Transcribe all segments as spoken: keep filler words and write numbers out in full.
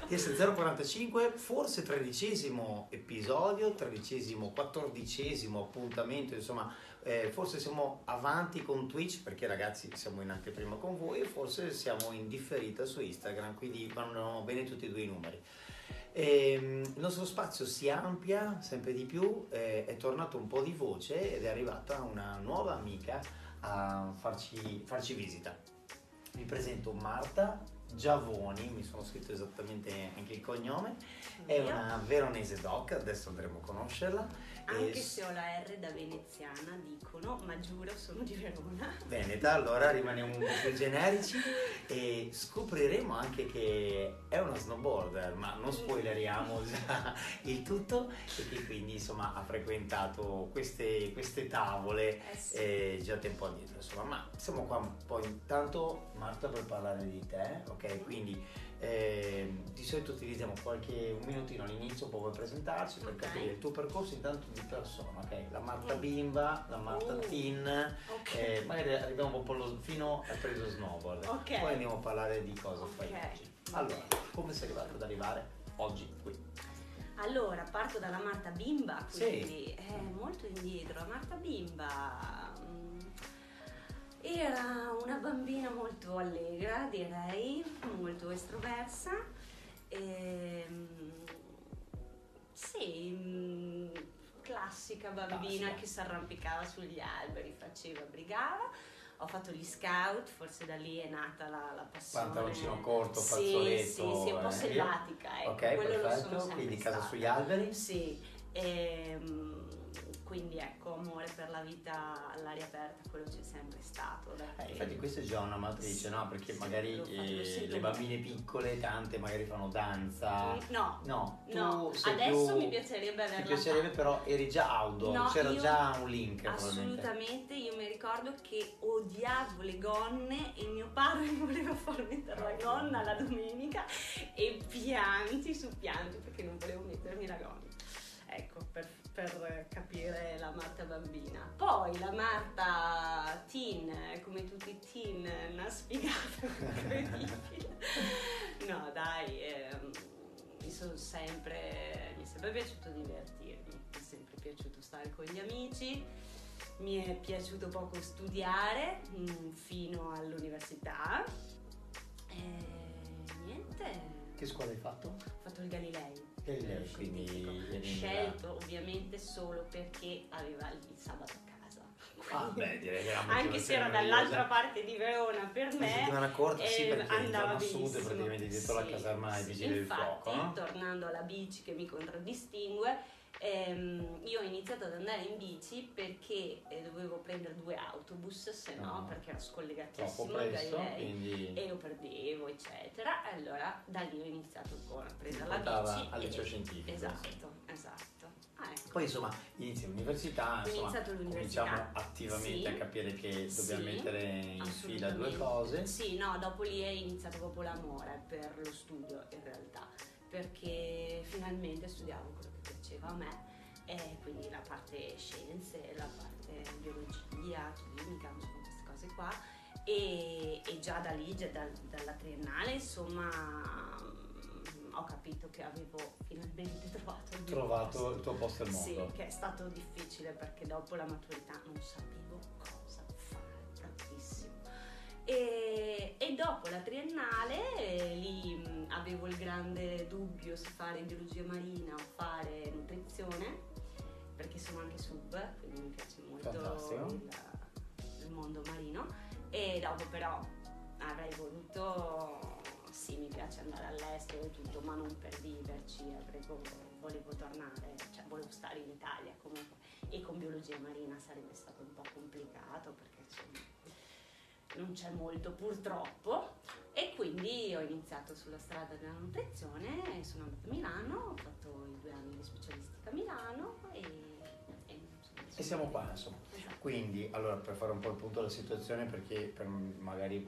T S zero quarantacinque, forse tredicesimo episodio, tredicesimo, quattordicesimo appuntamento, insomma, eh, forse siamo avanti con Twitch perché ragazzi siamo in anteprima con voi e forse siamo in differita su Instagram, quindi vanno bene tutti e due i numeri. E, il nostro spazio si amplia sempre di più, eh, è tornato un po' di voce ed è arrivata una nuova amica a farci, farci visita. Vi presento Marta Giavoni, mi sono scritto esattamente anche il cognome, è una veronese doc, adesso andremo a conoscerla. Anche e... se ho la R da veneziana, dicono, ma giuro sono di Verona. Veneta, allora rimaniamo un po' più generici e scopriremo anche che è una snowboarder, ma non spoileriamo già il tutto, e che quindi insomma ha frequentato queste, queste tavole Eh sì. eh, già tempo addietro, insomma, ma siamo qua un po' intanto Marta per parlare di te, ok? Quindi eh, di solito utilizziamo qualche un minutino all'inizio un po' per presentarci, per Okay. capire il tuo percorso intanto di persona, ok? La Marta Mm. bimba, la Marta Uh. teen, Ok. eh, magari arriviamo un po' lo- fino al periodo snowboard, Ok. poi andiamo a parlare di cosa fai Ok. oggi. Allora, come sei arrivato ad arrivare oggi qui? Allora, parto dalla Marta bimba, Sì. quindi eh, molto indietro. La Marta bimba mm, era una bambina molto allegra, direi, molto estroversa. Ehm, sì, mm, classica bambina Classica. che si arrampicava sugli alberi, faceva, brigava. Ho fatto gli scout, forse da lì è nata la, la passione. Pantaloncino corto, Sì, fazzoletto. sì, sì, un po' eh, selvatica, ecco, Ok, quello lo sono perfetto, sempre quindi casa stata. sugli alberi. Sì, ehm, quindi ecco, amore per la vita all'aria aperta, quello c'è sempre stato. da Eh, che- infatti questa è già una matrice, Sì, no? Perché sì, magari lo faccio, lo eh, sento le bene. bambine piccole, tante magari fanno danza. No, No, tu no, sei adesso più... mi piacerebbe averla Ti piacerebbe, fatta. però eri già outdoor, No, c'era io già un link probabilmente. Assolutamente, io mi ricordo che odiavo le gonne e mio padre mi voleva far mettere la gonna la domenica e pianti su pianti perché non volevo mettermi la gonna. Ecco, per, per capire la Marta bambina. Poi la Marta teen, come tutti i teen, una sfigata incredibile. No dai, ehm, mi sono sempre, mi è sempre piaciuto divertirmi, mi è sempre piaciuto stare con gli amici, mi è piaciuto poco studiare mh, fino all'università e niente, Che scuola hai fatto? ho fatto il Galilei. Galilei, eh, quindi scientifico. eri in Scelto ovviamente solo perché aveva il sabato a casa. Ah, beh, direi che era una Anche se era motivazione dall'altra meravigliosa. parte di Verona per La me settimana corta, sì, eh, perché andava zona sud, benissimo. praticamente dietro la Sì, caserma dei sì. Vigili del Infatti, Fuoco, no? tornando alla bici che mi contraddistingue, ehm, io ho iniziato ad andare in bici perché eh, dovevo prendere due autobus, se no, No. perché era Troppo scollegatissimo il presto, Galilei quindi e lo perdevo, eccetera. E allora da lì ho iniziato con a prendere la portava bici. al liceo e- scientifico. Esatto, esatto. Ah, ecco. Poi insomma inizi l'università, Ho insomma, iniziato l'università. cominciamo attivamente Sì. a capire che dobbiamo Sì, mettere in fila due assolutamente. cose. Sì, no, dopo lì è iniziato proprio l'amore per lo studio in realtà, perché finalmente studiavo quello che piaceva a me, e quindi la parte scienze, la parte biologia, chimica, insomma queste cose qua, e, e già da lì, già da- dalla triennale, insomma, mm, ho capito che avevo finalmente trovato il mio Trovato posto. il tuo posto al Sì, mondo. che è stato difficile perché dopo la maturità non sapevo cosa fare tantissimo. E, e dopo la triennale eh, lì mh, avevo il grande dubbio se fare biologia marina o fare nutrizione, perché sono anche sub, quindi mi piace molto Fantastico. il, il mondo marino. E dopo però avrei voluto, sì, mi piace andare all'estero e tutto, ma non per viverci, avrei voluto, volevo tornare, cioè volevo stare in Italia comunque, e con biologia marina sarebbe stato un po' complicato perché insomma non c'è molto purtroppo, e quindi ho iniziato sulla strada della nutrizione e sono andata a Milano, ho fatto i due anni di specialistica a Milano e, e, insomma, E siamo qua insomma. Esatto. Quindi, allora, per fare un po' il punto della situazione, perché per magari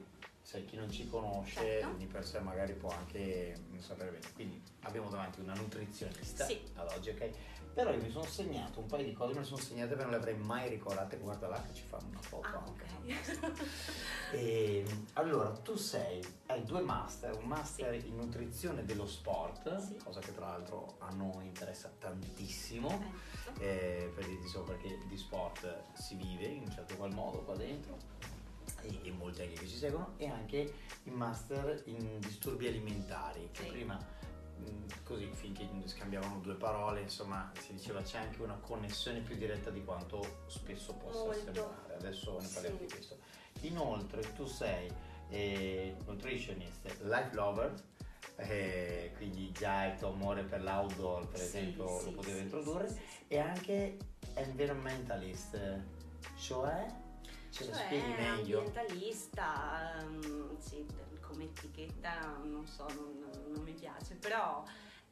sai, chi non ci conosce, certo. di per sé magari può anche non sapere bene. Quindi abbiamo davanti una nutrizionista sì. ad oggi, ok? Però io mi sono segnato un paio di cose, me le sono segnate perché non le avrei mai ricordate. Guarda là che ci fa una foto Ah, anche. ok. E, allora, tu sei, hai due master, un master sì. in nutrizione dello sport, sì. cosa che tra l'altro a noi interessa tantissimo, Ecco. eh, per dirti so perché di sport si vive in un certo qual modo qua dentro, e, e molti anche che ci seguono, e anche il master in disturbi alimentari, che sì. prima così finché scambiavano due parole, insomma, si diceva c'è anche una connessione più diretta di quanto spesso possa Molto. sembrare. Adesso ne parliamo sì. di questo. Inoltre tu sei eh, nutritionist, life lover, eh, quindi già il tuo amore per l'outdoor per sì, esempio sì, lo potevo sì, introdurre, sì, sì, sì. e anche environmentalist, cioè ce lo cioè spieghi meglio? ambientalista, um, sì, come etichetta non so, non, non mi piace, però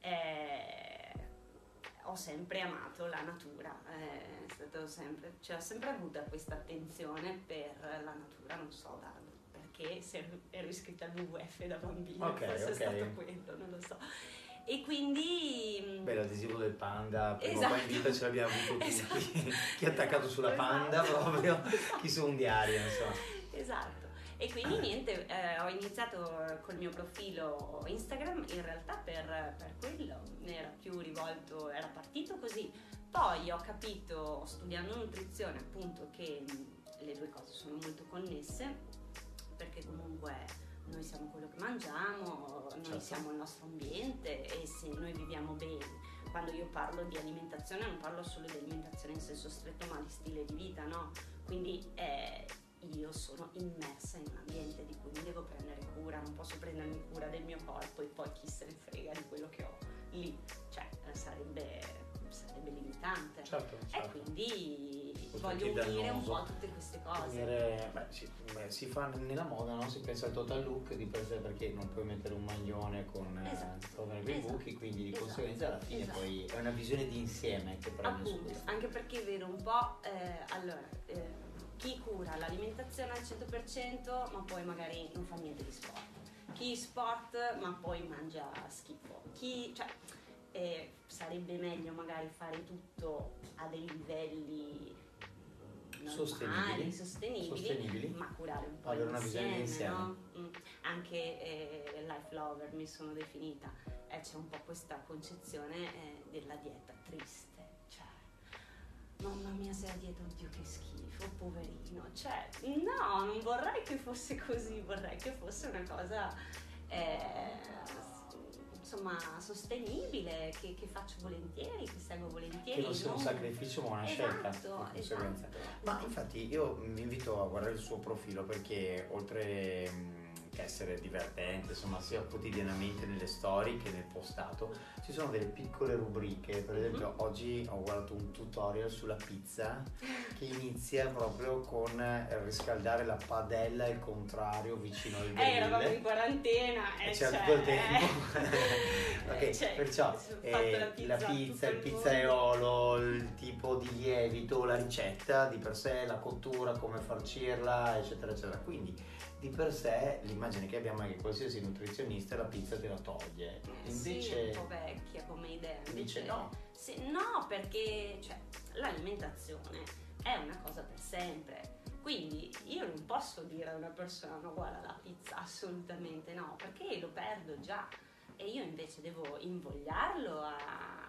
eh, ho sempre amato la natura, eh, è stato sempre, cioè, ho sempre avuto questa attenzione per la natura, non so da, perché se ero iscritta all'U W F da bambina, Ok, forse ok. è stato quello, non lo so. E quindi... Beh, l'adesivo del panda, prima esatto. o poi in vita ce l'abbiamo avuto tutti. esatto. Chi è attaccato esatto. sulla panda esatto. proprio, esatto. chi su un diario, insomma. Esatto. E quindi niente, eh, ho iniziato col mio profilo Instagram in realtà per, per quello, era più rivolto, era partito così. Poi ho capito, studiando nutrizione appunto, che le due cose sono molto connesse, perché comunque noi siamo quello che mangiamo, noi certo. siamo il nostro ambiente, e se noi viviamo bene, quando io parlo di alimentazione non parlo solo di alimentazione in senso stretto, ma di stile di vita, no? Quindi eh, io sono immersa in un ambiente di cui mi devo prendere cura, non posso prendermi cura del mio corpo e poi chi se ne frega di quello che ho lì, cioè sarebbe, sarebbe limitante. Certo, certo. E quindi Oltre voglio che unire un dannoso. po' tutte queste cose. Unire, beh, si, beh, si fa nella moda, no? Si pensa al total look di per sé, perché non puoi mettere un maglione con Esatto. eh, con quei Esatto. buchi, quindi di Esatto. conseguenza alla fine Esatto. poi è una visione di insieme che prende su Appunto, questo. anche perché vedo un po', eh, allora, eh, chi cura l'alimentazione al cento per cento ma poi magari non fa niente di sport, chi sport ma poi mangia schifo, chi, cioè, eh, sarebbe meglio magari fare tutto a dei livelli normali, sostenibili, sostenibili, sostenibili, ma curare un po' avere una visione l'insieme, d'insieme. no? Mm. Anche eh, life lover mi sono definita, eh, c'è un po' questa concezione eh, della dieta triste, cioè mamma mia se la dieta, oddio che schifo, poverino, cioè no, non vorrei che fosse così, vorrei che fosse una cosa eh, insomma sostenibile, che, che faccio volentieri, che seguo volentieri, Che non sia un sacrificio ma una scelta, esatto, di conseguenza. esatto. Ma infatti io vi invito a guardare il suo profilo, perché oltre mh, che essere divertente, insomma, sia quotidianamente nelle storie che nel postato, ci sono delle piccole rubriche. Per esempio Mm-hmm. oggi ho guardato un tutorial sulla pizza che inizia proprio con eh, riscaldare la padella al contrario vicino al grill. Eh, eravamo in quarantena e e c'era cioè, tutto il tempo. Ok, cioè, perciò ho fatto eh, la pizza, la pizza, tutto il il pizzaiolo, il tipo di lievito, la ricetta di per sé, la cottura, come farcirla, eccetera, eccetera. Quindi di per sé l'immagine che abbiamo è che qualsiasi nutrizionista la pizza te la toglie. Invece sì, è un po' vecchia come idea. Invece no. Sì, no, perché cioè, l'alimentazione è una cosa per sempre. Quindi io non posso dire a una persona no, guarda la pizza, assolutamente no, perché lo perdo già. E io invece devo invogliarlo a,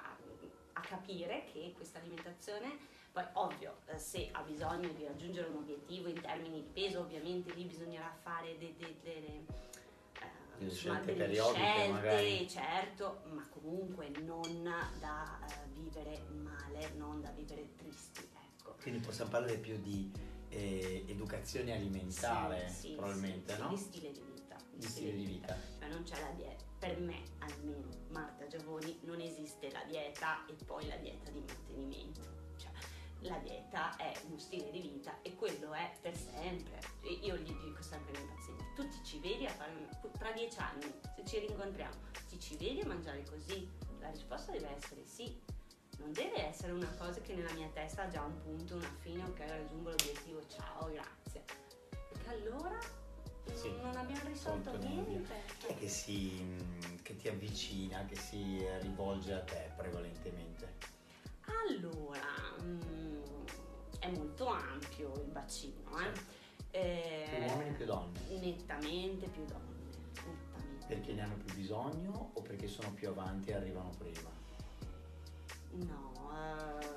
a capire che questa alimentazione, poi ovvio, se ha bisogno di raggiungere un obiettivo in termini di peso, ovviamente lì bisognerà fare delle... De, de, de, delle insomma, scelte delle periodiche scelte, magari. certo, ma comunque non da uh, vivere male, non da vivere tristi, ecco. Quindi possiamo parlare più di eh, educazione alimentare, sì, sì, probabilmente, sì, no? Di stile di vita. Di stile di vita. Cioè non c'è la dieta, per me almeno, Marta Giavoni, non esiste la dieta e poi la dieta di mantenimento. Cioè, la dieta è uno stile di vita e quello è per sempre. Io gli dico sempre ai miei pazienti, tu ti ci vedi a fare, tra dieci anni, se ci rincontriamo, ti ci vedi a mangiare così? La risposta deve essere sì. Non deve essere una cosa che nella mia testa ha già un punto, una fine, ok, raggiungo l'obiettivo, ciao, grazie. Perché allora Sì. Non abbiamo risolto Tolto niente. niente. Chi è che, si, che ti avvicina, che si rivolge a te prevalentemente? Allora, mm, è molto ampio il bacino, eh. Sì. Eh, Più uomini, più donne? Nettamente più donne, nettamente. Perché ne hanno più bisogno o perché sono più avanti e arrivano prima? No, eh,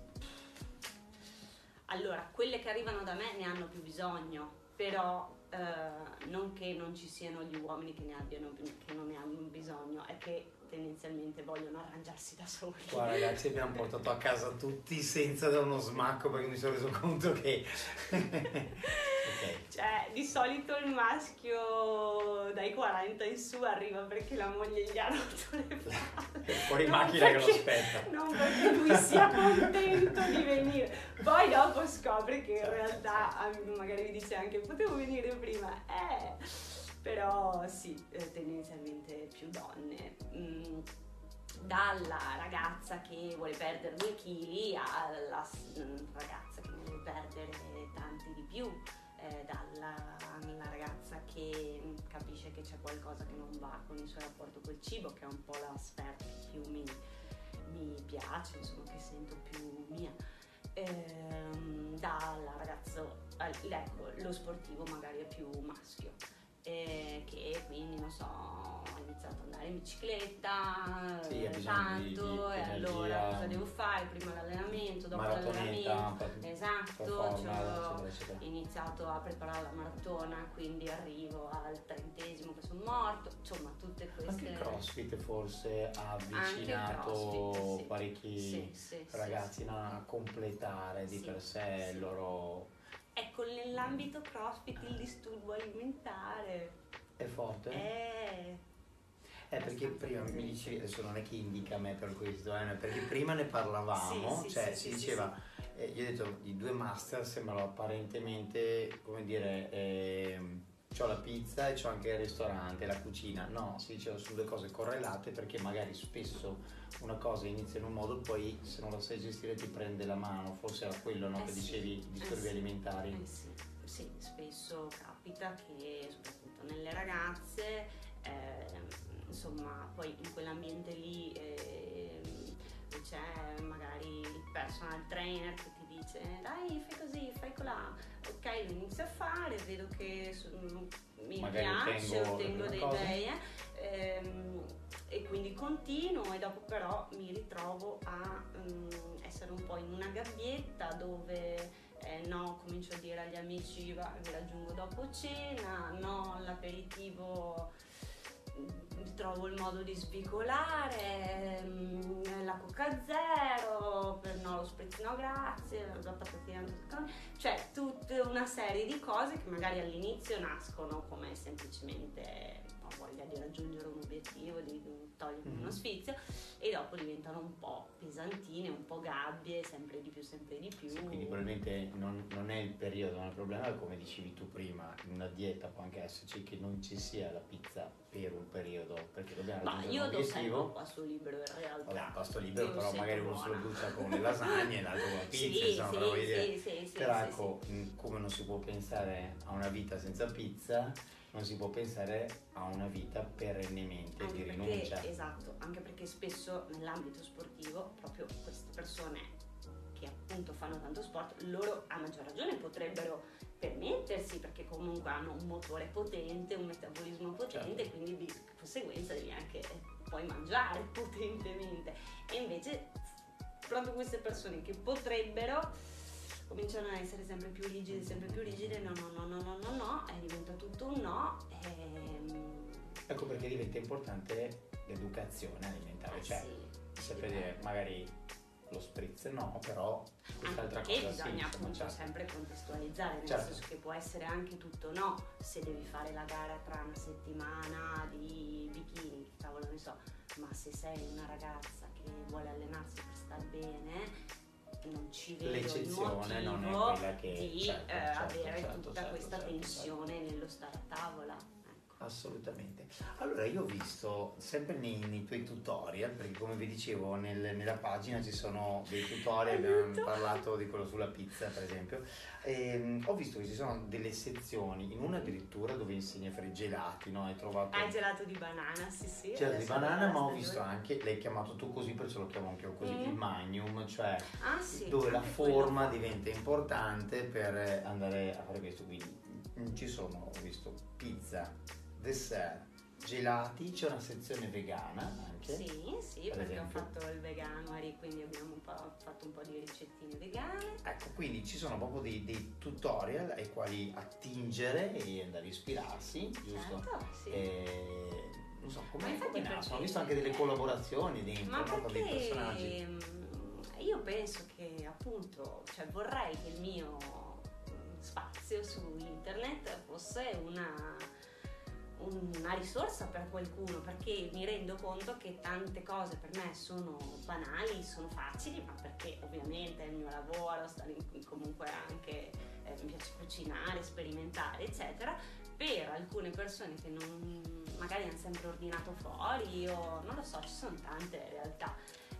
allora, quelle che arrivano da me ne hanno più bisogno, però eh, non che non ci siano gli uomini che ne abbiano, che non ne hanno bisogno, è che tendenzialmente vogliono arrangiarsi da soli. Qua ragazzi abbiamo portato a casa tutti senza dare uno smacco perché mi sono reso conto che... okay. Cioè, di solito il maschio dai quaranta in su arriva perché la moglie gli ha rotto le palle. Fuori Non macchina perché- che lo aspetta. Non perché lui sia contento di venire. Poi dopo scopre che in Certo, realtà ah, magari mi dice anche potevo venire prima. Eh, però sì, eh, tendenzialmente più donne. Mm, dalla ragazza che vuole perdere due chili alla s- ragazza che ne vuole perdere tanti di più. Eh, dalla alla ragazza che capisce che c'è qualcosa che non va con il suo rapporto col cibo, che è un po' la sfera che più mi, mi piace, insomma, che sento più mia. Ehm, dalla ragazzo, eh, ecco, lo sportivo magari è più maschio, eh, che quindi non so, ho iniziato ad andare in bicicletta, Sì, eh, ha bisogno tanto, di- di e energia. allora cosa devo fare? Prima l'allenamento, dopo Maratonetta, l'allenamento. Esatto, performance, cioè, eccetera, eccetera. ho iniziato a preparare la maratona, quindi arrivo al trentesimo che sono morto, insomma tutte queste... Anche il CrossFit forse ha Anche il avvicinato CrossFit, sì. parecchi Sì, sì, sì, ragazzi sì. no, a completare di Sì, per sé sì. il loro... Ecco, nell'ambito CrossFit il disturbo alimentare È forte? è... Eh, perché prima mi dicevi, adesso non è che indica a me per questo, eh, perché prima ne parlavamo, Sì, sì, cioè sì, si sì, diceva, eh, io ho detto, i due master sembrano apparentemente, come dire, ehm, c'ho la pizza e c'ho anche il ristorante, la cucina. No, si diceva, sono due cose correlate perché magari spesso una cosa inizia in un modo, poi se non la sai gestire ti prende la mano, forse era quello, no, Eh che sì, dicevi, eh disturbi sì, alimentari. eh sì, sì, spesso capita che soprattutto nelle ragazze, ehm, insomma, poi in quell'ambiente lì ehm, c'è magari il personal trainer che ti dice dai fai così, fai colà, ok, lo inizio a fare, vedo che so- mi Magari piace, ottengo ottengo le dei cose. bei eh, ehm, e quindi continuo e dopo però mi ritrovo a mm, essere un po' in una gabbietta dove eh, no, comincio a dire agli amici va, vi raggiungo dopo cena, no, l'aperitivo mm, trovo il modo di svicolare, mm, la coca zero, per no lo spritz no grazie, la patatina, cioè tutta una serie di cose che magari all'inizio nascono come semplicemente ho voglia di raggiungere un obiettivo, di togliermi Mm-hmm. uno sfizio e dopo diventano un po' pesantine, un po' gabbie, sempre di più, sempre di più. Sì, quindi probabilmente non, non è il periodo, ma il problema è come dicevi tu prima, in una dieta può anche esserci che non ci sia la pizza per un periodo, perché dobbiamo Ma raggiungere io un do sempre un obiettivo. pasto libero in realtà. Vabbè, pasto libero, Io però sento magari uno se lo buona. brucia con le lasagne, l'altro con la pizza, Sì, insomma, sì, però voglio dire, sì, sì, sì, però sì, ecco, mh, come non si può pensare a una vita senza pizza, non si può pensare a una vita perennemente Anche di perché, rinuncia. esatto, anche perché spesso nell'ambito sportivo proprio queste persone che appunto fanno tanto sport, loro a maggior ragione potrebbero permettersi perché comunque hanno un motore potente, un metabolismo potente, Certo. quindi di conseguenza devi anche poi mangiare potentemente. E invece proprio queste persone che potrebbero cominciano a essere sempre più rigide, sempre più rigide, no, no, no, no, no, no, no, e diventa tutto un no. Ehm... Ecco perché diventa importante l'educazione alimentare, Eh, cioè sì, sempre sì, dire magari lo spritz no, però quest'altra anche perché cosa sì, bisogna insomma, appunto certo. sempre contestualizzare, nel Certo. senso che può essere anche tutto no, se devi fare la gara tra una settimana di bikini, che cavolo ne so, ma se sei una ragazza che vuole allenarsi per star bene, non ci vedo il L'eccezione motivo non è quella che di certo, eh, certo, avere certo, tutta certo, questa certo, tensione nello stare a tavola, ecco. Assolutamente. Allora io ho visto sempre nei, nei tuoi tutorial, perché come vi dicevo nel- nella pagina ci sono dei tutorial, abbiamo parlato di quello sulla pizza per esempio, e, ho visto che ci sono delle sezioni, in una addirittura dove insegni a fare i gelati, no? Hai trovato... Ah, gelato di banana, sì sì. Gelato di adesso banana, la ma ho stagione. visto anche, l'hai chiamato tu così, perciò lo chiamo anche io così, Mm. il magnum, cioè Ah sì. dove la anche quello forma fa. diventa importante per andare a fare questo. Quindi mm, ci sono, ho visto, pizza, dessert, gelati, c'è una sezione vegana anche. Sì, sì, per perché esempio. ho fatto il veganuary, quindi abbiamo un po' fatto un po' di ricettine vegane. Ecco, quindi ci sono proprio dei, dei tutorial ai quali attingere e andare a ispirarsi, giusto? Certo, sì. E, non so, Ma come infatti come perché- nascono? Ho visto anche delle collaborazioni dentro, Ma no? Con dei personaggi. perché mm, io penso che appunto, cioè vorrei che il mio mm, spazio su internet fosse una, una risorsa per qualcuno, perché mi rendo conto che tante cose per me sono banali, sono facili, ma perché ovviamente è il mio lavoro, stare in, comunque anche eh, mi piace cucinare, sperimentare, eccetera. Per alcune persone che non, magari hanno sempre ordinato fuori o non lo so, ci sono tante realtà,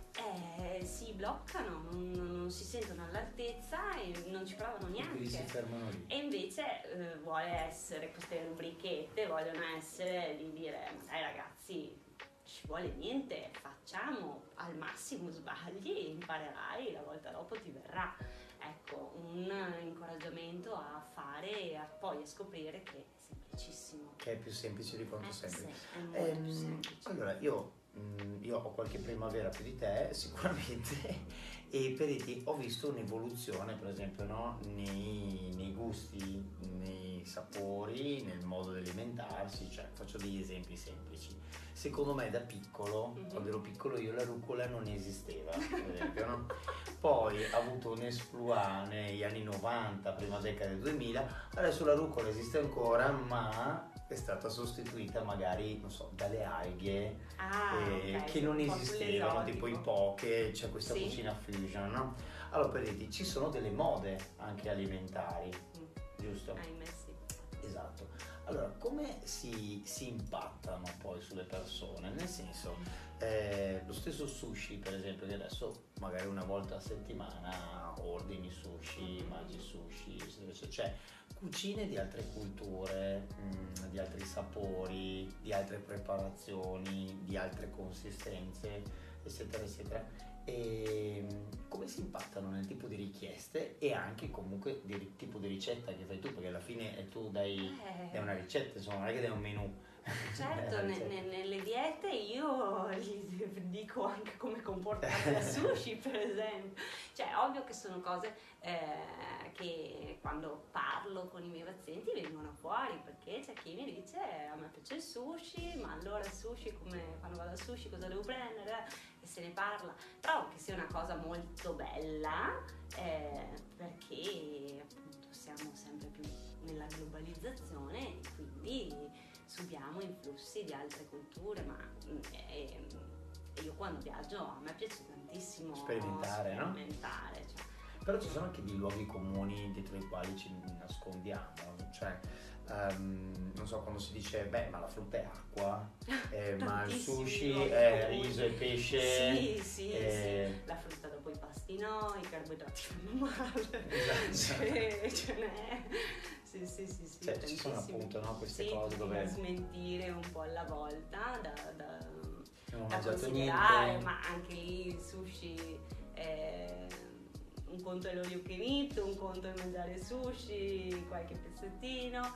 eh, si bloccano, non, non si sentono all'altezza e non ci provano E quindi si neanche. fermano lì. E invece eh, vuole essere, queste rubrichette vogliono essere di dire, ma dai ragazzi, ci vuole niente, facciamo, al massimo sbagli e imparerai, la volta dopo ti verrà. Ecco, un incoraggiamento a fare e a poi a scoprire che è semplicissimo. Che è più semplice di quanto Eh, sembri. sì, è molto Ehm, più semplice. allora, io, mm, io ho qualche primavera più di te, sicuramente, e per dirti, ho visto un'evoluzione, per esempio, no? nei, nei gusti, nei sapori, nel modo di alimentarsi, cioè faccio degli esempi semplici. Secondo me da piccolo, Mhm. quando ero piccolo io, la rucola non esisteva, per esempio, no? Poi ha avuto un exploit negli anni novanta, prima decade del duemila, adesso la rucola esiste ancora, ma è stata sostituita magari, non so, dalle alghe Ah, eh, ok, che non un po' esistevano, sull'esotico. tipo i poke, c'è questa Sì. cucina fusion, no? Allora per dirti, ci sono delle mode anche alimentari, Mm, giusto? ahimè sì. Esatto. Allora, come si, si impattano poi sulle persone? Nel senso, eh, lo stesso sushi, per esempio, che adesso magari una volta a settimana ordini sushi, mangi sushi, eccetera, eccetera. Cioè, cucine di altre culture, mh, di altri sapori, di altre preparazioni, di altre consistenze, eccetera, eccetera. E mh, come si impattano nel tipo di richieste e anche comunque del tipo di ricetta che fai tu, perché alla fine eh, tu dai, Eh, dai una ricetta, insomma, non è che dai un menù. Certo, Dai una ne- ricetta. ne- nelle diete io gli dico anche come comportarsi a sushi, per esempio. Cioè, ovvio che sono cose eh, che quando parlo con i miei pazienti vengono fuori, perché c'è chi mi dice a me piace il sushi, ma allora il sushi, come quando vado al sushi cosa devo prendere? E se ne parla. Trovo che sia una cosa molto bella eh, perché appunto siamo sempre più nella globalizzazione e quindi subiamo influssi di altre culture, ma mm, e, e io quando viaggio a me piace tantissimo Sperimentare, no? sperimentare, cioè. Però ci sono anche dei luoghi comuni dietro i quali ci nascondiamo, cioè ehm, non so, quando si dice beh ma la frutta è acqua, eh, ma il Tantissimi sushi luoghi è comuni. riso e pesce. Sì, sì, eh, sì. La frutta dopo i pasti no, i carboidrati fanno male. Esatto. Ce, ce n'è. Sì, sì, sì, sì. Cioè, ci sono tantissimi. appunto, no, queste sì, cose tutti dove- da smentire un po' alla volta, da, da, non ho da mangiato considerare, niente. ma anche lì il sushi eh, un conto è l'olio che inizio, un conto è mangiare sushi, qualche pezzettino.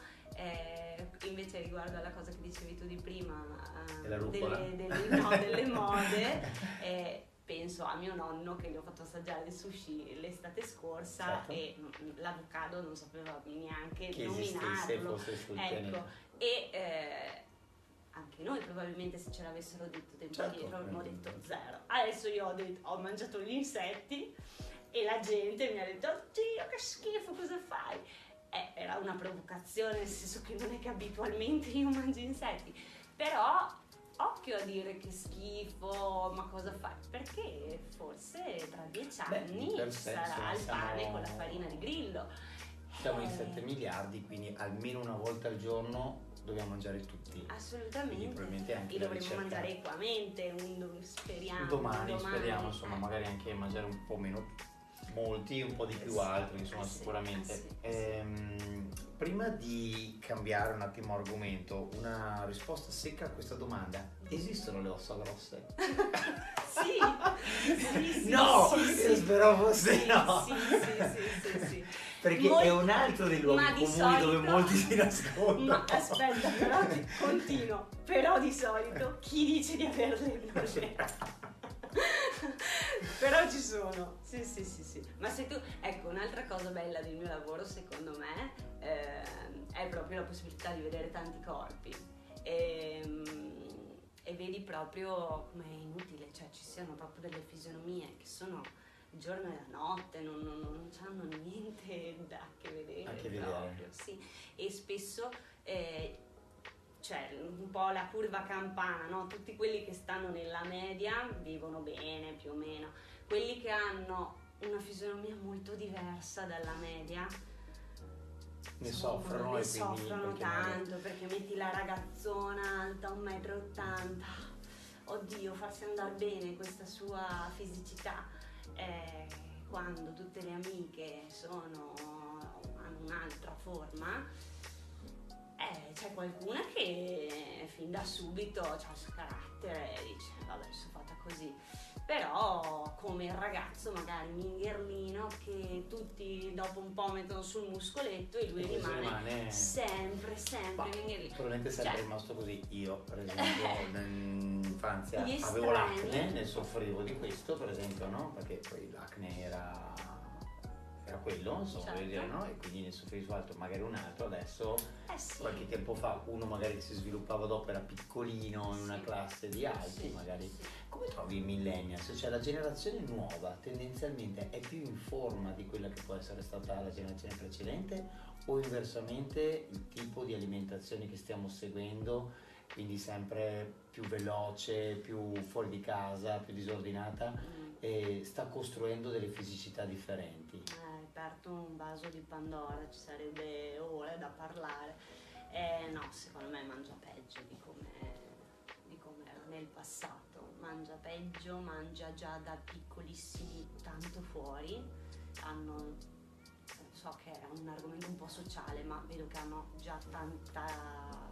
Eh, invece riguardo alla cosa che dicevi tu di prima, eh, Della rucola. delle, delle, no, delle mode, eh, penso a mio nonno che gli ho fatto assaggiare il sushi l'estate scorsa Certo. e mm, l'avocado non sapeva neanche Che esistesse nominarlo. fosse sul Ecco, pianeta. e eh, anche noi probabilmente se ce l'avessero detto tempo Certo. addietro avremmo detto zero. Adesso io ho, detto, ho mangiato gli insetti e la gente mi ha detto oddio che schifo, cosa fai? Eh, era una provocazione, nel senso che non è che abitualmente io mangio insetti, però occhio a dire che schifo, ma cosa fai? Perché forse tra dieci Beh, anni di per ci sé, sarà insomma, il pane siamo- con la farina di grillo. Siamo in Eh, sette miliardi, quindi almeno una volta al giorno dobbiamo mangiare tutti. Assolutamente. Probabilmente anche e la dovremmo ricerca... mangiare equamente, un, do- speriamo. Domani, domani speriamo, insomma, eh. magari anche mangiare un po' meno, molti, un po' di più Eh sì, altri, insomma, eh sì, sicuramente. eh sì, Ehm, prima di cambiare un attimo argomento, una risposta secca a questa domanda: esistono le ossa grosse? Sì, sì, sì, no, sì, io sì. spero fosse Sì, no. sì, sì, sì, sì, sì. Perché Molti- è un altro dei luoghi ma di comuni solito- dove molti si nascondono. Ma aspetta, però ti- continuo. Però di solito chi dice di averle non le ha. Però ci sono. Sì, sì, sì, sì. Ma se tu, ecco, un'altra cosa bella del mio lavoro, secondo me, ehm, è proprio la possibilità di vedere tanti corpi. E, e vedi proprio come è inutile, cioè ci siano proprio delle fisionomie che sono il giorno e la notte, non, non, non hanno niente da che vedere, A che proprio, vedere. sì. E spesso eh, c'è un po' la curva campana, no? Tutti quelli che stanno nella media vivono bene più o meno, quelli che hanno una fisionomia molto diversa dalla media Ne insomma, soffrono ne e quindi soffrono perché tanto, perché metti la ragazzona alta un metro e ottanta, oddio, farsi andare bene questa sua fisicità, eh, quando tutte le amiche sono, hanno un'altra forma, eh, c'è qualcuna che fin da subito ha il suo carattere e dice vabbè, sono fatta così. Però come il ragazzo magari mingherlino che tutti dopo un po' mettono sul muscoletto e lui E questo rimane, rimane- sempre, sempre Ma, mingherlino. probabilmente sarebbe Cioè- rimasto così. Io, per esempio, in infanzia Gli avevo estremi. l'acne, ne soffrivo di questo, per esempio, no? Perché poi l'acne era, era quello, insomma, Certo. voglio dire, no? E quindi ne soffrivo su altro, magari un altro. Adesso, Eh sì. qualche tempo fa, uno magari che si sviluppava dopo era piccolino in una Sì. classe di altri, Sì, magari. sì. Come trovi i millennials? Cioè la generazione nuova tendenzialmente è più in forma di quella che può essere stata la generazione precedente o inversamente il tipo di alimentazione che stiamo seguendo, quindi sempre più veloce, più fuori di casa, più disordinata, Mm. e sta costruendo delle fisicità differenti? Eh, hai aperto un vaso di Pandora, ci sarebbe ore da parlare. Eh, no, secondo me mangia peggio di come, di come era nel passato. Mangia peggio, mangia già da piccolissimi tanto fuori. Hanno, so che è un argomento un po' sociale, ma vedo che hanno già tanta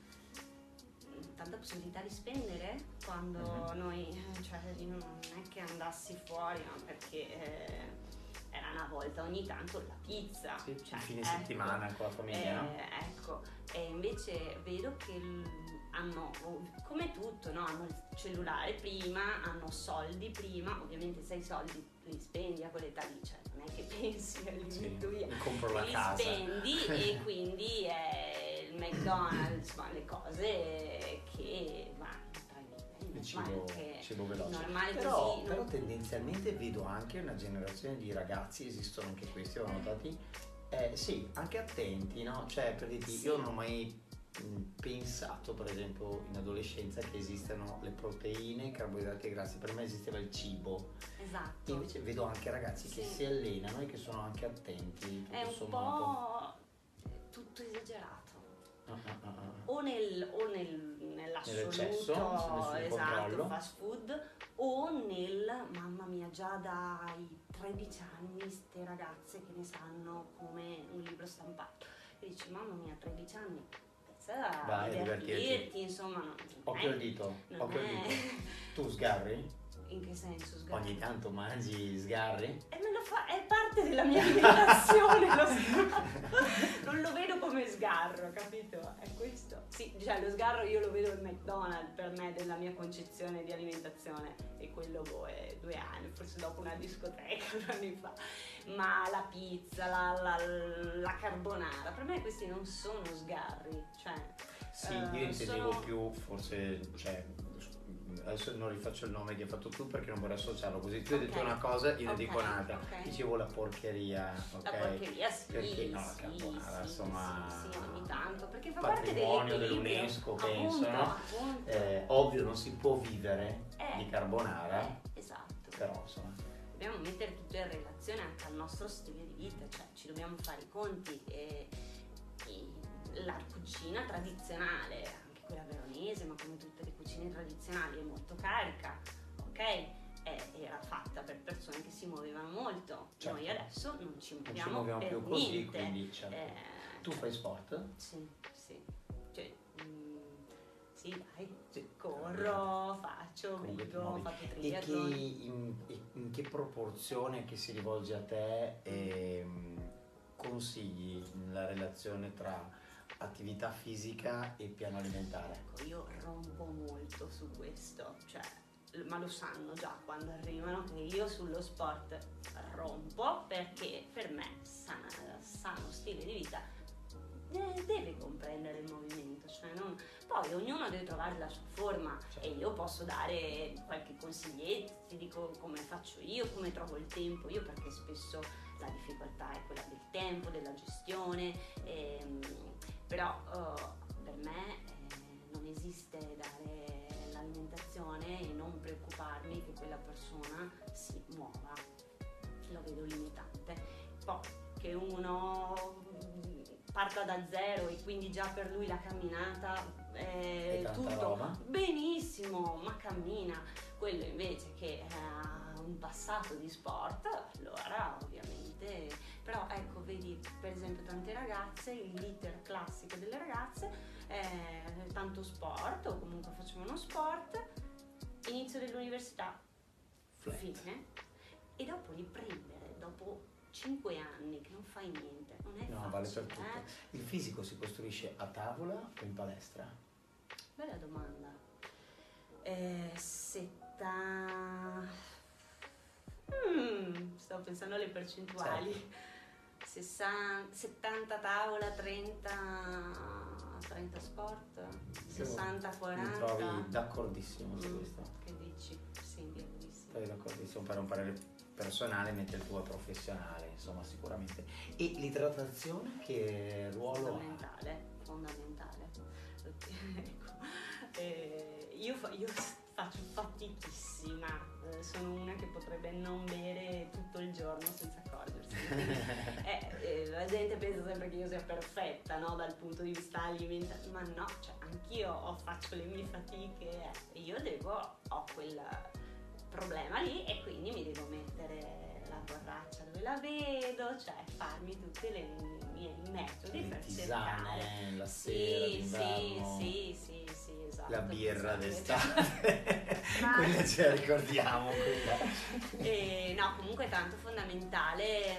tanta possibilità di spendere quando Mhm. noi, cioè non è che andassi fuori, ma perché eh, era una volta ogni tanto la pizza, Sì, cioè, il fine ecco, settimana con la famiglia, no? eh, ecco, e invece vedo che l- hanno, come tutto, no? Hanno il cellulare prima, hanno soldi prima, ovviamente se hai soldi li spendi a quell'età lì, cioè non è che pensi li Sì, metto via, mi compro la li casa. spendi e quindi è il McDonald's, ma le cose che vanno tra i livelli, Il ma cibo, anche cibo veloce. normale Però, così, però non- tendenzialmente vedo anche una generazione di ragazzi, esistono anche questi, ho notati, eh, sì, anche attenti, no? Cioè, per dirti, Sì. io non ho mai mh, pensato, per esempio, in adolescenza che esistano le proteine, i carboidrati e grassi, per me esisteva il cibo. esatto. E invece vedo anche ragazzi che Sì. si allenano e che sono anche attenti, tutto È un sommato. po' tutto esagerato. Ah, ah, ah, ah. O, nel, o nel, nell'assoluto, Nell'eccesso, senza nessun esatto, controllo. fast food, o nel, mamma mia, già dai tredici anni ste ragazze che ne sanno come un libro stampato. E dici, mamma mia, tredici anni, pensa a Vai, a divertirti, divertirti. insomma, non, non Occhio è- al dito, non occhio al è- dito. Tu sgarri? In che senso, sgarro? Ogni tanto mangi sgarri? E me lo fa, è parte della mia alimentazione lo sgarro. Non lo vedo come sgarro, capito? È questo. Sì, cioè lo sgarro io lo vedo il McDonald's per me della mia concezione di alimentazione e quello boh, è due anni, forse dopo una discoteca due anni fa. Ma la pizza, la, la, la carbonara, per me questi non sono sgarri, cioè Sì, eh, io intendevo sono- più, forse, cioè, adesso non rifaccio il nome che hai fatto tu perché non vorrei associarlo così. Tu hai detto Ok, una cosa, io ne ok, dico un'altra. ok. Dicevo la porcheria, ok? La porcheria sì, Perché no, la sì, carbonara, sì, insomma, sì, sì, ogni tanto, perché fa parte patrimonio dell'equilibrio. dell'UNESCO, penso, Appunto, no? appunto. Eh, ovvio non si può vivere Eh, di carbonara, eh, esatto. però insomma. Dobbiamo mettere tutto in relazione anche al nostro stile di vita, cioè ci dobbiamo fare i conti e, e la cucina tradizionale, anche quella veronese, ma come tutte le cucine tradizionali, è molto carica, ok? È, era fatta per persone che si muovevano molto. Certo. Noi adesso non ci Non muoviamo, ci muoviamo per più così, niente. quindi certo. Eh, Tu fai sport? Sì, sì. Cioè, mm, sì, dai, Sì. corro, faccio, Comunque ti brigo, ho muovi. fatto E che, triathlon. in, in che proporzione che si rivolge a te ehm, consigli la relazione tra attività fisica e piano alimentare? Ecco, io rompo molto su questo, cioè, ma lo sanno già quando arrivano che io sullo sport rompo, perché per me sana, sano stile di vita de- deve comprendere il movimento, cioè non, poi ognuno deve trovare la sua forma. Certo. E io posso dare qualche consiglietto, ti dico come faccio io, come trovo il tempo io, perché spesso la difficoltà è quella del tempo, della gestione, ehm, però eh, per me eh, non esiste dare l'alimentazione e non preoccuparmi che quella persona si muova, lo vedo limitante. Poi che uno parta da zero e quindi già per lui la camminata è E tanta tutto roba. benissimo, ma cammina. Quello invece che ha un passato di sport, allora ovviamente, però ecco, vedi per esempio tante ragazze, l'iter classico delle ragazze è tanto sport o comunque facevano sport, inizio dell'università, Flat. fine, e dopo riprendere dopo cinque anni che non fai niente, non è No, facile. vale per tutto. Eh? Il fisico si costruisce a tavola o in palestra? Bella domanda. Eh, setta... Mm, sto pensando alle percentuali. Certo. sessanta, settanta tavola, trenta, trenta sport, sessanta quaranta. Mi trovi d'accordissimo su Mm, questo. Che dici? Sì, bellissimo. Trovi d'accordissimo per un parere personale mentre il tuo è professionale, insomma, sicuramente. E l'idratazione che ruolo ha? Fondamentale, fondamentale. Ecco, eh, io, fa- io faccio fatichissima, eh, sono una che potrebbe non bere tutto il giorno senza accorgersi. eh, eh, la gente pensa sempre che io sia perfetta, no? Dal punto di vista alimentare, ma no, cioè anch'io ho, faccio le mie fatiche, eh, io devo, ho quel problema lì e quindi mi devo mettere la borraccia dove la vedo, cioè farmi tutti i miei metodi Le per tisane, cercare. la Sì, sera, sì, d'inverno, sì, sì, sì, esatto. la birra Esatto. d'estate, Ma- quella ce la ricordiamo. Quella. E, no, comunque è tanto fondamentale,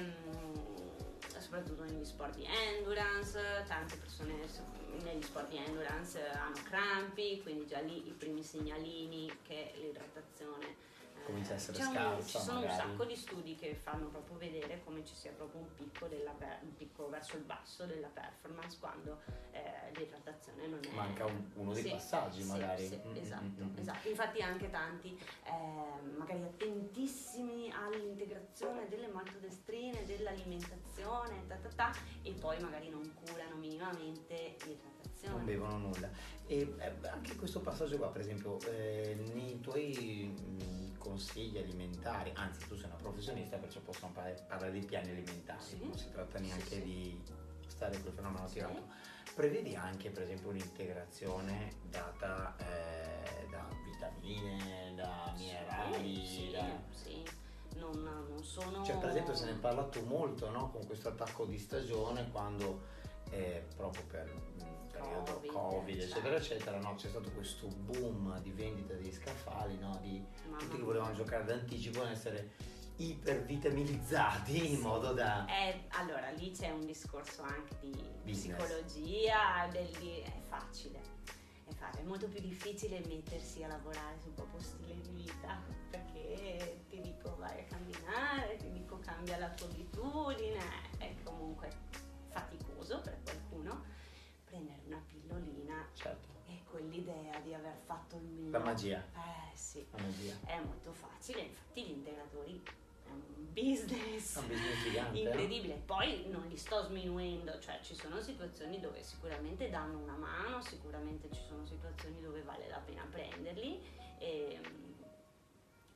mh, soprattutto negli sport di endurance. Tante persone negli sport di endurance hanno crampi, quindi già lì i primi segnalini che l'idratazione Comincia a essere c'è un- scarsa, ci sono magari. un sacco di studi che fanno proprio vedere come ci sia proprio un picco, della per- un picco verso il basso della performance quando eh, l'idratazione non è... Manca un- uno dei Sì, passaggi, sì, magari. sì, Mm, esatto, mm, mm. esatto. Infatti anche tanti eh, magari attentissimi all'integrazione delle maltodestrine, dell'alimentazione, ta, ta, ta, e poi magari non curano minimamente l'idratazione. Non bevono nulla. E eh, anche questo passaggio qua, per esempio, eh, nei tuoi mh, consigli alimentari, anzi tu sei una professionista, perciò possiamo parlare, parlare di piani alimentari, Sì. non si tratta neanche Sì, sì. di stare col fenomeno Sì. tirato. Prevedi anche, per esempio, un'integrazione data eh, da vitamine, da minerali, Sì, da... sì, non, non sono... Cioè, per esempio, se ne è parlato molto, no? Con questo attacco di stagione, quando eh, proprio per il periodo Covid, Covid, certo. eccetera, eccetera, no? C'è stato questo boom di vendita di scaffali, no? Di Mamma tutti che mia. volevano giocare d'anticipo, essere ipervitaminizzati in Sì. modo da... Eh, allora, lì c'è un discorso anche di Business. psicologia, del, di- è facile, è facile, è molto più difficile mettersi a lavorare sul proprio stile di vita, perché ti dico vai a camminare, ti dico cambia la tua abitudine, è comunque faticoso per qualcuno. Prendere una pillolina Certo, e quell'idea di aver fatto il meglio. la magia, Eh sì, la magia. è molto facile, infatti gli integratori è un business È un business gigante, no? incredibile. Poi non li sto sminuendo, cioè ci sono situazioni dove sicuramente danno una mano, sicuramente ci sono situazioni dove vale la pena prenderli. E, ecco, è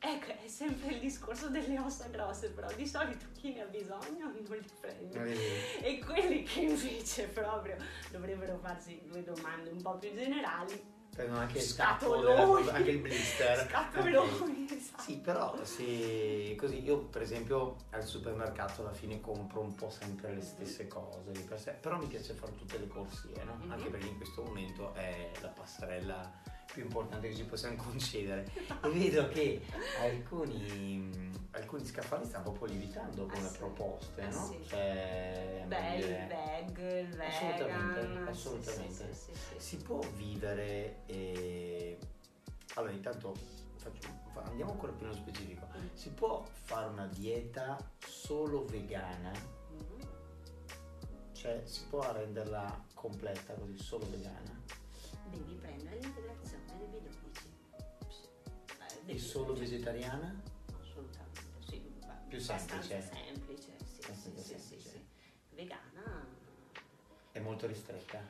sempre il discorso delle ossa grosse, però di solito chi ne ha bisogno non li prende. Eh, E quelli che invece proprio dovrebbero farsi due domande un po' più generali, prendono anche il Scatoloni. tappo della- anche il blister. Scatoloni, Ok. esatto. Sì, però se così io per esempio al supermercato alla fine compro un po' sempre le stesse cose di per sé, però mi piace fare tutte le corsie, no? Mhm. Anche perché in questo momento è la passerella più importante che ci possiamo concedere e vedo che alcuni, alcuni scaffali stanno proprio lievitando con Ah, le sì. proposte, Ah, no? sì. Cioè, Beh, il dire- veg, il vegan. Assolutamente, sì, assolutamente. sì, sì, sì, sì. Si può vivere e... Allora intanto faccio- fa- andiamo ancora più nello specifico. Mm. Si può fare una dieta solo vegana? Mhm. Cioè si può renderla completa così, solo vegana? Devi prendere l'integrazione dei B dodici. Sì. Eh, E devi- solo vegetariana? Assolutamente, sì. beh, Più abbastanza semplice. semplice, sì, sì, Abbastanza sì, sì, semplice. sì. Vegana. È molto ristretta?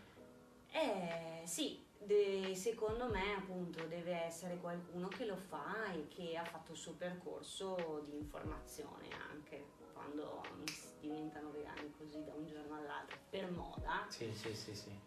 Eh sì, de- secondo me appunto deve essere qualcuno che lo fa e che ha fatto il suo percorso di informazione anche quando si diventano vegani così da un giorno all'altro per moda. Sì, sì, sì, sì.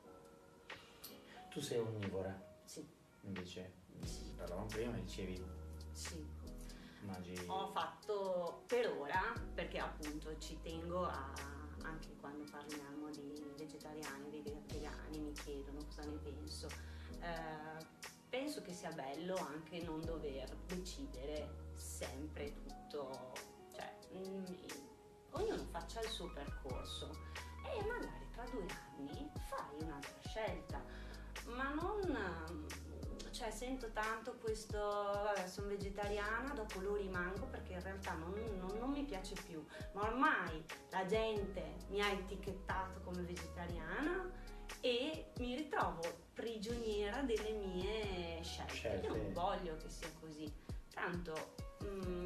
Tu sei onnivora, Sì, invece. Sì. Parlavamo prima, dicevi, sì. mangi... Ho fatto per ora, perché appunto ci tengo a, anche quando parliamo di vegetariani, di vegani, mi chiedono cosa ne penso. Eh, penso che sia bello anche non dover decidere sempre tutto, cioè mm, ognuno faccia il suo percorso e magari tra due anni fai un'altra scelta, ma non... Cioè sento tanto questo, vabbè sono vegetariana, dopo lo rimango perché in realtà non, non- non mi piace più, ma ormai la gente mi ha etichettato come vegetariana e mi ritrovo prigioniera delle mie scelte. Scelte. Io non voglio che sia così, tanto mm,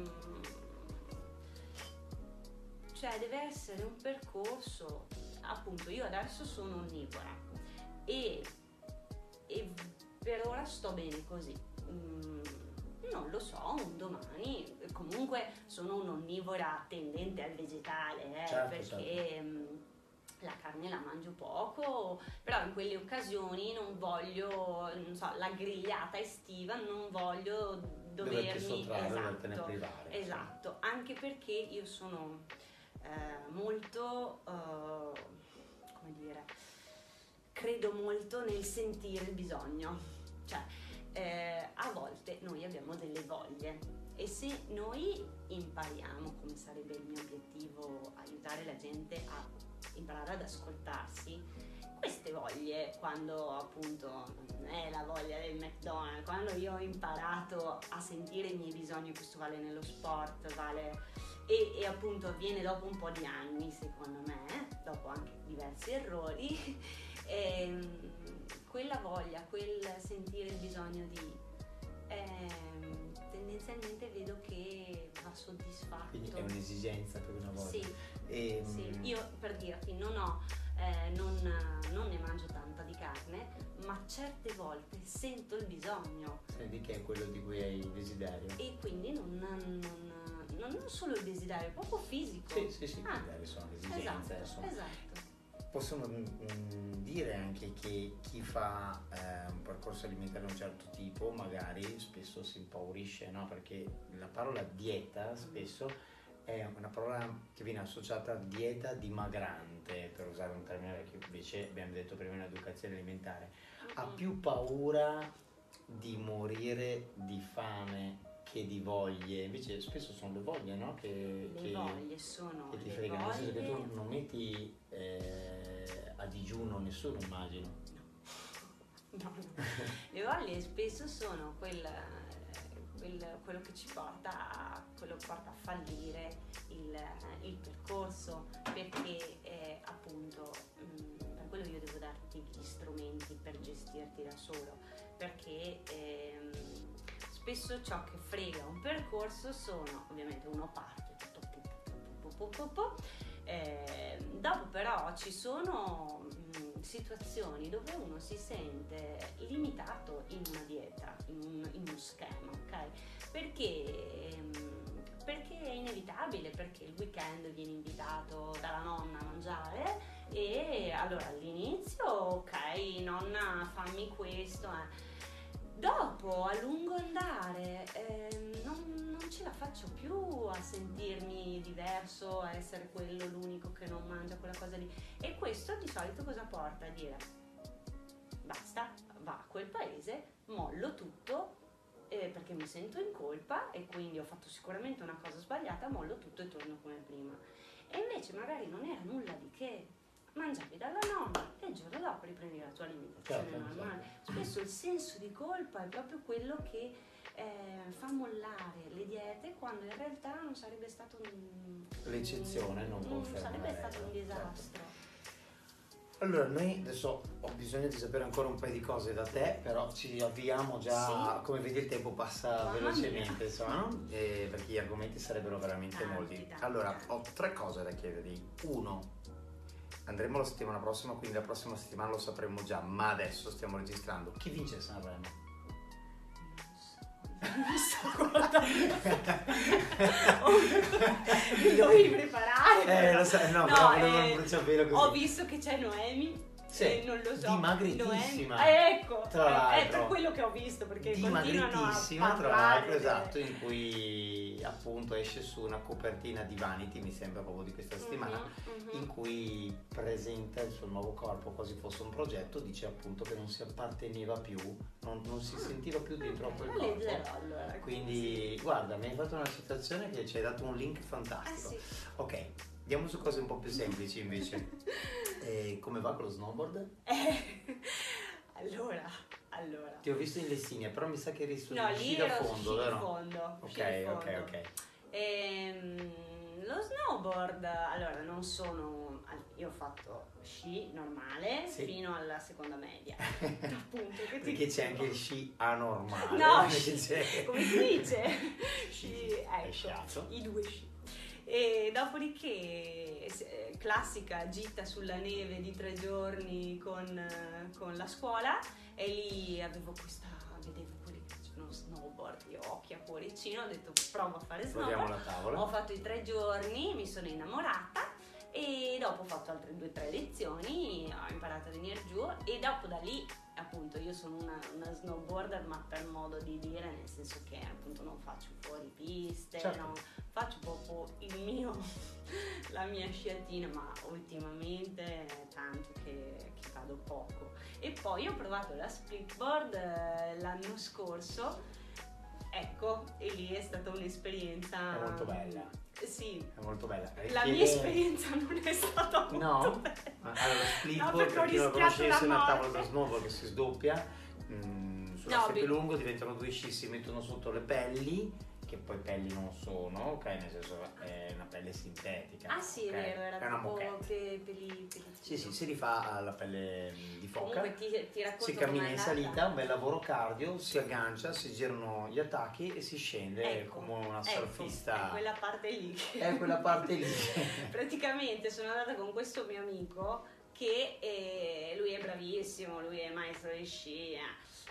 cioè deve essere un percorso, appunto io adesso sono onnivora e, e per ora sto bene così. Mm, non lo so, un domani comunque sono un'onnivora tendente al vegetale, eh, Certo, perché mm, la carne la mangio poco, però in quelle occasioni non voglio, non so, la grigliata estiva non voglio Doverti dovermi sottrarre, dovertene esatto, privare. esatto, anche perché io sono eh, molto eh, come dire, credo molto nel sentire il bisogno. Cioè, eh, a volte noi abbiamo delle voglie e se noi impariamo, come sarebbe il mio obiettivo, aiutare la gente a imparare ad ascoltarsi, queste voglie, quando appunto non è la voglia del McDonald's, quando io ho imparato a sentire i miei bisogni, questo vale nello sport, vale e, e appunto avviene dopo un po' di anni, secondo me, dopo anche diversi errori. ehm, quella voglia, quel sentire il bisogno di ehm, tendenzialmente vedo che va soddisfatto. Quindi è un'esigenza per una volta. Sì, E, sì. Io per dirti non ho eh, non, non ne mangio tanta di carne, ma certe volte sento il bisogno Senti che è quello di cui hai il desiderio? e quindi non, non, non, non solo il desiderio, proprio fisico. Sì, sì, sì, Ah, quelle sono le esigenze. esatto, insomma. esatto. Possono mm, dire anche che chi fa eh, un percorso alimentare di un certo tipo magari spesso si impaurisce, no? Perché la parola dieta spesso è una parola che viene associata a dieta dimagrante, per usare un termine vecchio, invece abbiamo detto prima in educazione alimentare. Ha più paura di morire di fame che di voglie, invece spesso sono le voglie, no? Che, Le che, voglie sono che ti le fregano, nel senso che voglie- tu non metti eh, a digiuno nessuno, immagino. No, no. Le voglie spesso sono quel, quel- quello che ci porta a, quello che porta a fallire il, il percorso, perché eh, appunto mh, per quello io devo darti gli strumenti per gestirti da solo, perché ehm, spesso ciò che frega un percorso sono, ovviamente uno parte tutto pu, pu, pu, pu, pu, pu, eh, dopo però ci sono mh, situazioni dove uno si sente limitato in una dieta, in, un, in uno schema, ok? Perché ehm, inspiegabile perché il weekend viene invitato dalla nonna a mangiare e allora all'inizio ok, nonna fammi questo, eh. Dopo a lungo andare eh, non, non ce la faccio più a sentirmi diverso, a essere quello l'unico che non mangia quella cosa lì, e questo di solito cosa porta? A dire basta, va a quel paese, mollo tutto eh, perché mi sento in colpa e quindi ho fatto sicuramente una cosa sbagliata, mollo tutto e torno come prima. E invece magari non era nulla di che, mangiavi dalla nonna e il giorno dopo riprendi la tua alimentazione certo, normale. certo. Spesso il senso di colpa è proprio quello che eh, fa mollare le diete, quando in realtà non sarebbe stato un, l'eccezione, non non conferma sarebbe la stato un regola, disastro. certo. Allora, noi adesso ho bisogno di sapere ancora un paio di cose da te, però ci avviamo già, Sì. come vedi il tempo passa Mamma velocemente, mia. insomma, no? Eh, perché gli argomenti sarebbero veramente Tanti, molti. tanti, Allora, tanti. ho tre cose da chiederti. Uno, andremo la settimana prossima, quindi la prossima settimana lo sapremo già, ma adesso stiamo registrando. Chi vince Sanremo? Non so, guarda. Mi dovevi preparare. Eh, lo sai, no, No, però volevo eh, un bruciapelo così. Ho visto che c'è Noemi. Sì, eh, non lo so. dimagritissima. Noemi. Eh, ecco, Tra eh, è l'altro. per quello che ho visto, perché continuano a Dimagritissima, tra parlare l'altro, delle- esatto, in cui appunto esce su una copertina di Vanity, mi sembra proprio di questa settimana, Mhm, mhm. in cui presenta il suo nuovo corpo quasi fosse un progetto, dice appunto che non si apparteneva più, non, non si sentiva più dentro a quel Lo corpo. leggerò allora. Quindi guarda, mi hai fatto una citazione che ci hai dato un link Ah fantastico. sì. Ok, andiamo su cose un po' più semplici invece. E come va con lo snowboard? Eh, allora, allora. Ti ho visto in Lessinia, però mi sa che eri su No, sci lì da ero su fondo, sci di vero? fondo. Ok, sci di ok, fondo. ok. Ehm, lo snowboard, allora non sono, io ho fatto sci normale Sì. fino alla seconda media, appunto, che ti Perché c'è dico. anche il sci anormale. No, perché sci, c'è- come si dice? Sci, Sci, hai ecco, sciato. i due sci. E dopodiché eh, classica gita sulla neve di tre giorni con, eh, con la scuola, e lì avevo questa, vedevo quelli che facevano snowboard, io occhi a cuoricino, ho detto provo a fare Proviamo snowboard. la tavola. Ho fatto i tre giorni, mi sono innamorata e dopo ho fatto altre due o tre lezioni, ho imparato a venire giù e dopo da lì appunto io sono una, una snowboarder, ma per modo di dire, nel senso che appunto non faccio fuori piste, Certo. no, faccio proprio il mio, la mia sciatina, ma ultimamente è tanto che, che vado poco. E poi ho provato la splitboard eh, l'anno scorso, ecco, e lì è stata un'esperienza È molto bella. Sì, È molto bella. la Chiede- mia esperienza non è stata molto No? bella. Allora, No, splitboard, perché ho per chi non lo rischiato conoscesse, è la una tavola morte. da snowboard che si sdoppia mm, sulla No, steppe be- lungo, diventano due sci, si mettono sotto le pelli, che poi pelli non sono, ok? Nel senso è una pelle sintetica. Ah sì, ok? è vero, era è una tipo moquette. pe- peli, peli- Sì, sì, si rifà alla pelle di foca. Comunque ti, ti racconto Si cammina com'è in andata. salita, un bel lavoro cardio, si aggancia, si girano gli attacchi e si scende Ecco, come una ecco, surfista. è quella parte lì che- È quella parte lì. Praticamente sono andata con questo mio amico che eh, lui è bravissimo, lui è maestro di sci eh,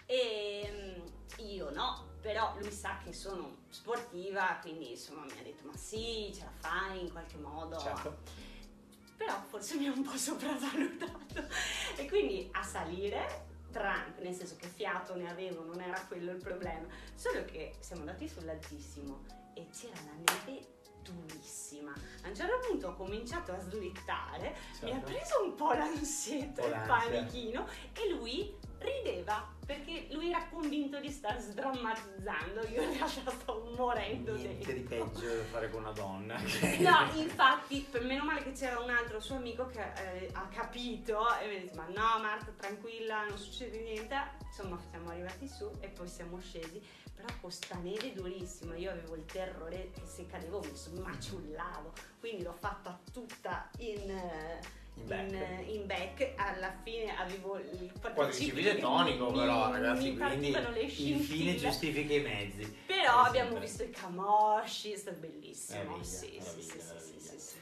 e mm, io no, però lui sa che sono sportiva, quindi insomma mi ha detto ma sì, ce la fai in qualche modo. Certo. Però forse mi ha un po' sopravvalutato e quindi a salire tranquillo, nel senso che fiato ne avevo, non era quello il problema, solo che siamo andati sull'altissimo e c'era la neve durissima. A un certo punto ho cominciato a slittare, mi ha Certo. preso un po' l'ansietta, Un po' il l'ansia. panichino, e lui rideva perché lui era convinto di star sdrammatizzando, io in realtà stavo morendo Niente di dentro. peggio da fare con una donna. No, infatti, per meno male che c'era un altro suo amico che eh, ha capito e mi ha detto ma no Marta, tranquilla, non succede niente. Insomma siamo arrivati su e poi siamo scesi, però con sta neve durissima io avevo il terrore che se cadevo mi smaciullavo, quindi l'ho fatta tutta in... eh, In back. in, in back, alla fine avevo il Quadricipite tonico, mi- però mi- ragazzi, mi quindi partivano le il fine scintille. giustifica i mezzi. Però Eh, abbiamo sempre. visto i camosci, è stato bellissimo. Meraviglia, sì, sì, meraviglia, sì, sì, meraviglia. sì, sì.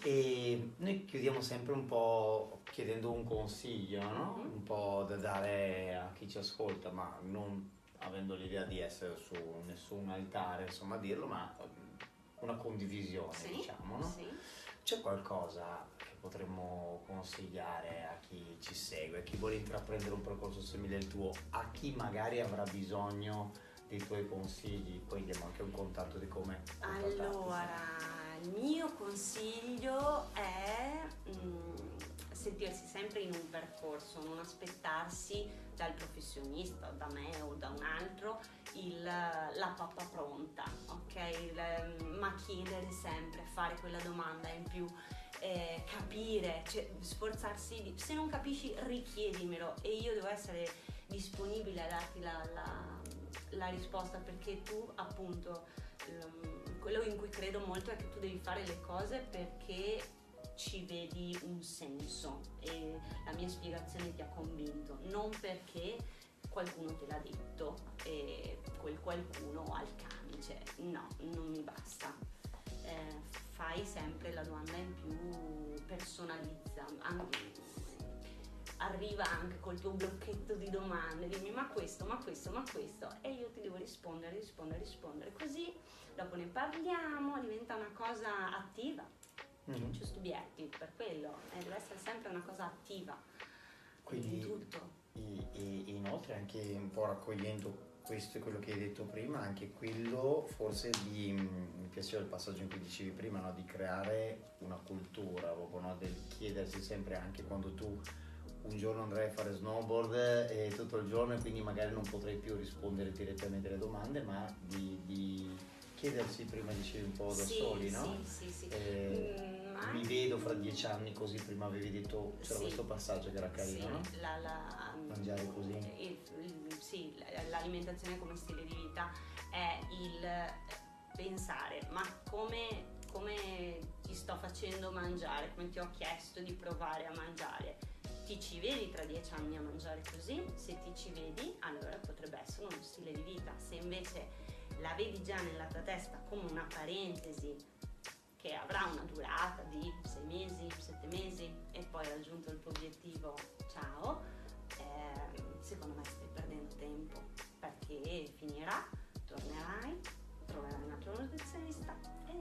E noi chiudiamo sempre un po' chiedendo un consiglio, no? Mhm. Un po' da dare a chi ci ascolta, ma non avendo l'idea di essere su nessun altare, insomma, a dirlo, ma una condivisione, sì, diciamo, no? Sì. C'è qualcosa che potremmo consigliare a chi ci segue, a chi vuole intraprendere un percorso simile al tuo, a chi magari avrà bisogno dei tuoi consigli? Poi diamo anche un contatto di come contattarti. Allora, il mio consiglio è mh, sentirsi sempre in un percorso, non aspettarsi dal professionista, da me o da un altro, il, la pappa pronta, ok? Il, ma chiedere sempre, fare quella domanda in più, eh, capire, cioè, sforzarsi di, se non capisci richiedimelo e io devo essere disponibile a darti la, la, la risposta, perché tu appunto, um, quello in cui credo molto è che tu devi fare le cose perché ci vedi un senso e la mia spiegazione ti ha convinto, non perché qualcuno te l'ha detto e quel qualcuno ha il camice, no, non mi basta. Eh, fai sempre la domanda in più, personalizza, anche, arriva anche col tuo blocchetto di domande, dimmi ma questo, ma questo, ma questo, e io ti devo rispondere, rispondere, rispondere, così dopo ne parliamo, diventa una cosa attiva. Mm-hmm. Ci studiati per quello, eh, deve essere sempre una cosa attiva. Quindi in tutto. E, e inoltre anche un po' raccogliendo questo e quello che hai detto prima, anche quello forse di, mi piaceva il passaggio in cui dicevi prima, no? Di creare una cultura, proprio, no? Del chiedersi sempre, anche quando tu un giorno andrai a fare snowboard e tutto il giorno e quindi magari non potrai più rispondere direttamente alle domande, ma di, di chiedersi prima, dicevi un po' da sì, soli, no? Sì, sì, sì. Eh, mm, ma... mi vedo fra dieci anni così, prima avevi detto, c'era sì, questo passaggio che era carino, sì, no? La, la, mangiare così. Il, il, sì, l'alimentazione come stile di vita è il pensare, ma come, come ti sto facendo mangiare, come ti ho chiesto di provare a mangiare. Ti ci vedi tra dieci anni a mangiare così? Se ti ci vedi, allora potrebbe essere uno stile di vita. Se invece la vedi già nella tua testa come una parentesi che avrà una durata di sei mesi, sette mesi e poi raggiunto il tuo obiettivo, ciao, eh, secondo me stai perdendo tempo, perché finirà, tornerai, troverai un altro nutrizionista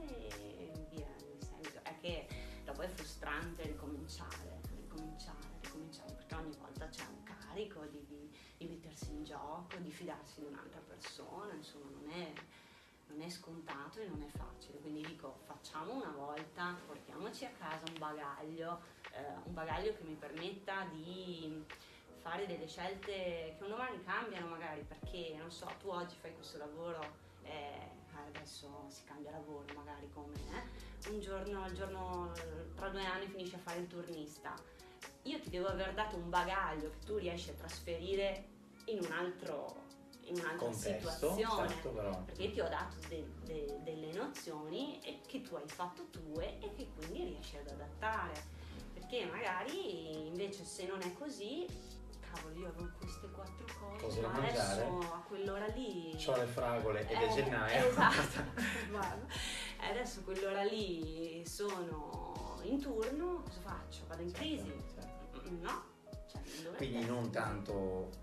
e via in seguito. È che dopo è frustrante ricominciare, ricominciare, ricominciare, perché ogni volta c'è un carico di, di, di mettersi in gioco, di fidarsi di un'altra persona, insomma non è... non è scontato e non è facile, quindi dico facciamo una volta, portiamoci a casa un bagaglio, eh, un bagaglio che mi permetta di fare delle scelte che un domani cambiano magari, perché non so, tu oggi fai questo lavoro, eh, adesso si cambia lavoro magari come eh, un giorno, il giorno tra due anni finisci a fare il turnista, io ti devo aver dato un bagaglio che tu riesci a trasferire in un altro in un'altra contesto, situazione, certo, però. Perché ti ho dato de, de, delle nozioni e che tu hai fatto tue e che quindi riesci ad adattare, perché magari invece se non è così, cavolo, io avevo queste quattro cose, cose ma da mangiare, adesso a quell'ora lì c'ho le fragole ed eh, è gennaio, esatto. Adesso a quell'ora lì sono in turno, cosa faccio? Vado in crisi? Certo. No, cioè, non quindi essere. Non tanto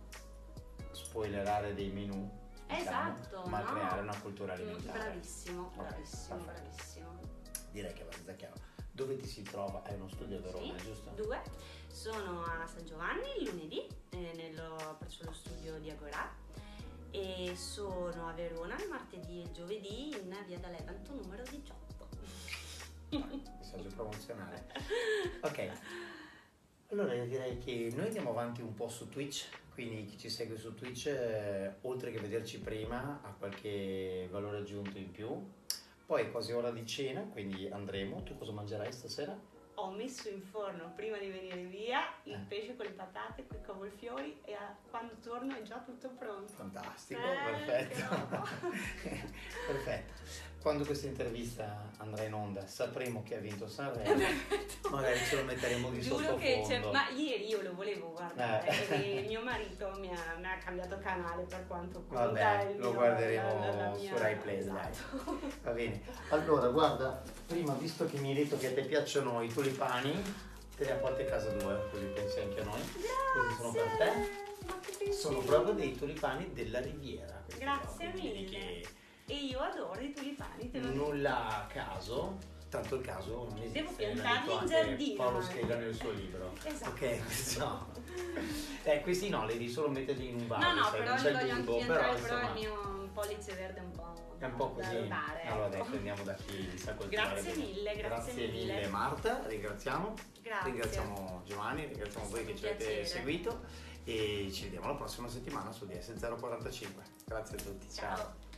spoilerare dei menù, diciamo, esatto, ma no. creare una cultura alimentare. Bravissimo, okay, bravissimo, perfetto. bravissimo. Direi che è abbastanza chiaro. Dove ti si trova? È uno studio a Verona, sì, giusto? Due. Sono a San Giovanni il lunedì, eh, nello, presso lo studio di Agorà, e sono a Verona il martedì e il giovedì in via d'Alevanto numero diciotto. Messaggio promozionale. Ok. Allora io direi che noi andiamo avanti un po' su Twitch, quindi chi ci segue su Twitch, eh, oltre che vederci prima, ha qualche valore aggiunto in più. Poi è quasi ora di cena, quindi andremo. Tu cosa mangerai stasera? Ho messo in forno, prima di venire via, il eh. pesce con le patate, con i cavolfiori, e a, quando torno è già tutto pronto. Fantastico, eh, perfetto. Perfetto. Quando questa intervista andrà in onda sapremo che ha vinto Sanremo, magari ce lo metteremo di Giuro sottofondo. Che c'è, ma ieri io lo volevo guardare eh. e mio marito mi ha, mi ha cambiato canale, per quanto conta. Vabbè, il lo mio, guarderemo la, la, la mia... su Rai Play, esatto. dai. Va bene. Allora, guarda, prima, visto che mi hai detto che a te piacciono i tulipani, te ne porti a casa due, così pensi anche a noi. Grazie. Questi sono per te. Sono proprio dei tulipani della Riviera. Grazie qua, mille. Che E io adoro i tulipani, te lo dico. Nulla a caso, tanto il caso non esiste. Devo piantarli l'ha detto in anche giardino, Paolo eh. Scheda nel suo libro. Esatto. Ok, questo. Eh, questi no, li devi solo metterli in un vaso. No, no, sai, però non li c'è il voglio anche bulbo, piantare, però, però il insomma, mio pollice verde è un po'... è un po' da così. rotare, Allora ecco. dai, prendiamo da chi sa coltivare Grazie bene. mille, grazie mille. mille Marta, ringraziamo. Grazie. Ringraziamo Giovanni, ringraziamo voi che Un ci avete piacere. seguito e ci vediamo la prossima settimana su D S zero quarantacinque. Grazie a tutti, ciao. Ciao.